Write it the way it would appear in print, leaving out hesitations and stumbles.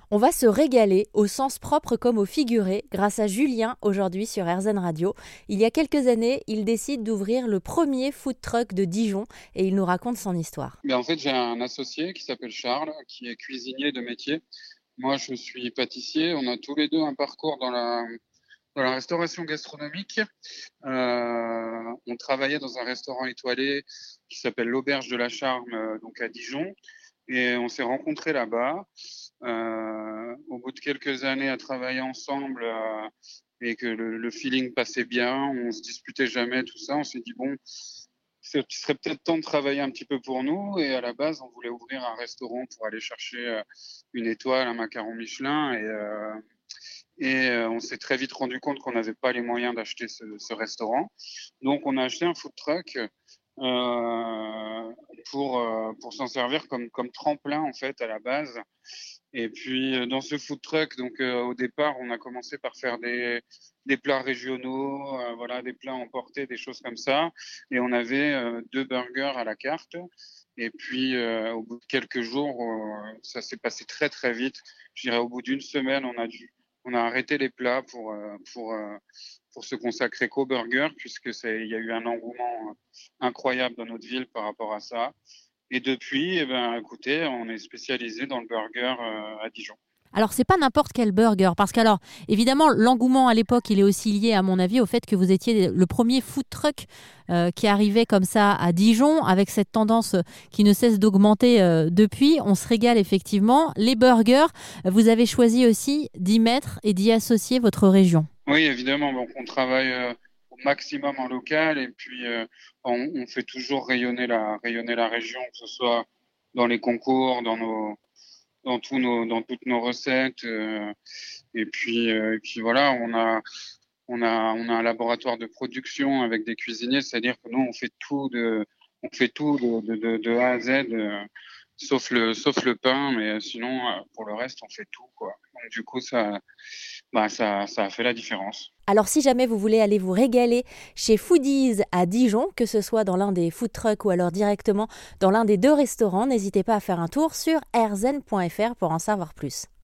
On va se régaler au sens propre comme au figuré grâce à Julien aujourd'hui sur RZN Radio. Il y a quelques années, il décide d'ouvrir le premier food truck de Dijon et il nous raconte son histoire. En fait, j'ai un associé qui s'appelle Charles, qui est cuisinier de métier. Moi, je suis pâtissier. On a tous les deux un parcours dans la restauration gastronomique. On travaillait dans un restaurant étoilé qui s'appelle l'Auberge de la Charme, donc à Dijon. Et on s'est rencontrés là-bas. Au bout de quelques années à travailler ensemble et que le feeling passait bien, on se disputait jamais, tout ça, on s'est dit bon, ce serait peut-être temps de travailler un petit peu pour nous. Et à la base, on voulait ouvrir un restaurant pour aller chercher une étoile, un macaron Michelin. On s'est très vite rendu compte qu'on n'avait pas les moyens d'acheter ce restaurant. Donc, on a acheté un food truck pour s'en servir comme tremplin, en fait, à la base. Et puis, dans ce food truck, donc au départ, on a commencé par faire des plats régionaux, voilà, des plats emportés, des choses comme ça. Et on avait 2 burgers à la carte. Et puis, au bout de quelques jours, ça s'est passé très, très vite. Je dirais, au bout d'une semaine, on a arrêté les plats pour se consacrer qu'aux burgers, il y a eu un engouement incroyable dans notre ville par rapport à ça. Et depuis, écoutez, on est spécialisé dans le burger à Dijon. Alors, c'est pas n'importe quel burger, parce qu'alors, évidemment, l'engouement à l'époque, il est aussi lié, à mon avis, au fait que vous étiez le premier food truck qui arrivait comme ça à Dijon, avec cette tendance qui ne cesse d'augmenter depuis. On se régale effectivement. Les burgers, vous avez choisi aussi d'y mettre et d'y associer votre région. Oui, évidemment, donc on travaille au maximum en local et puis on fait toujours rayonner la région, que ce soit dans les concours, dans toutes nos recettes. Et puis voilà, on a un laboratoire de production avec des cuisiniers, c'est-à-dire que nous, on fait tout de A à Z, sauf le pain, mais sinon, pour le reste, on fait tout, quoi. Donc, du coup, ça a fait la différence. Alors si jamais vous voulez aller vous régaler chez Foodies à Dijon, que ce soit dans l'un des food trucks ou alors directement dans l'un des deux restaurants, n'hésitez pas à faire un tour sur rzn.fr pour en savoir plus.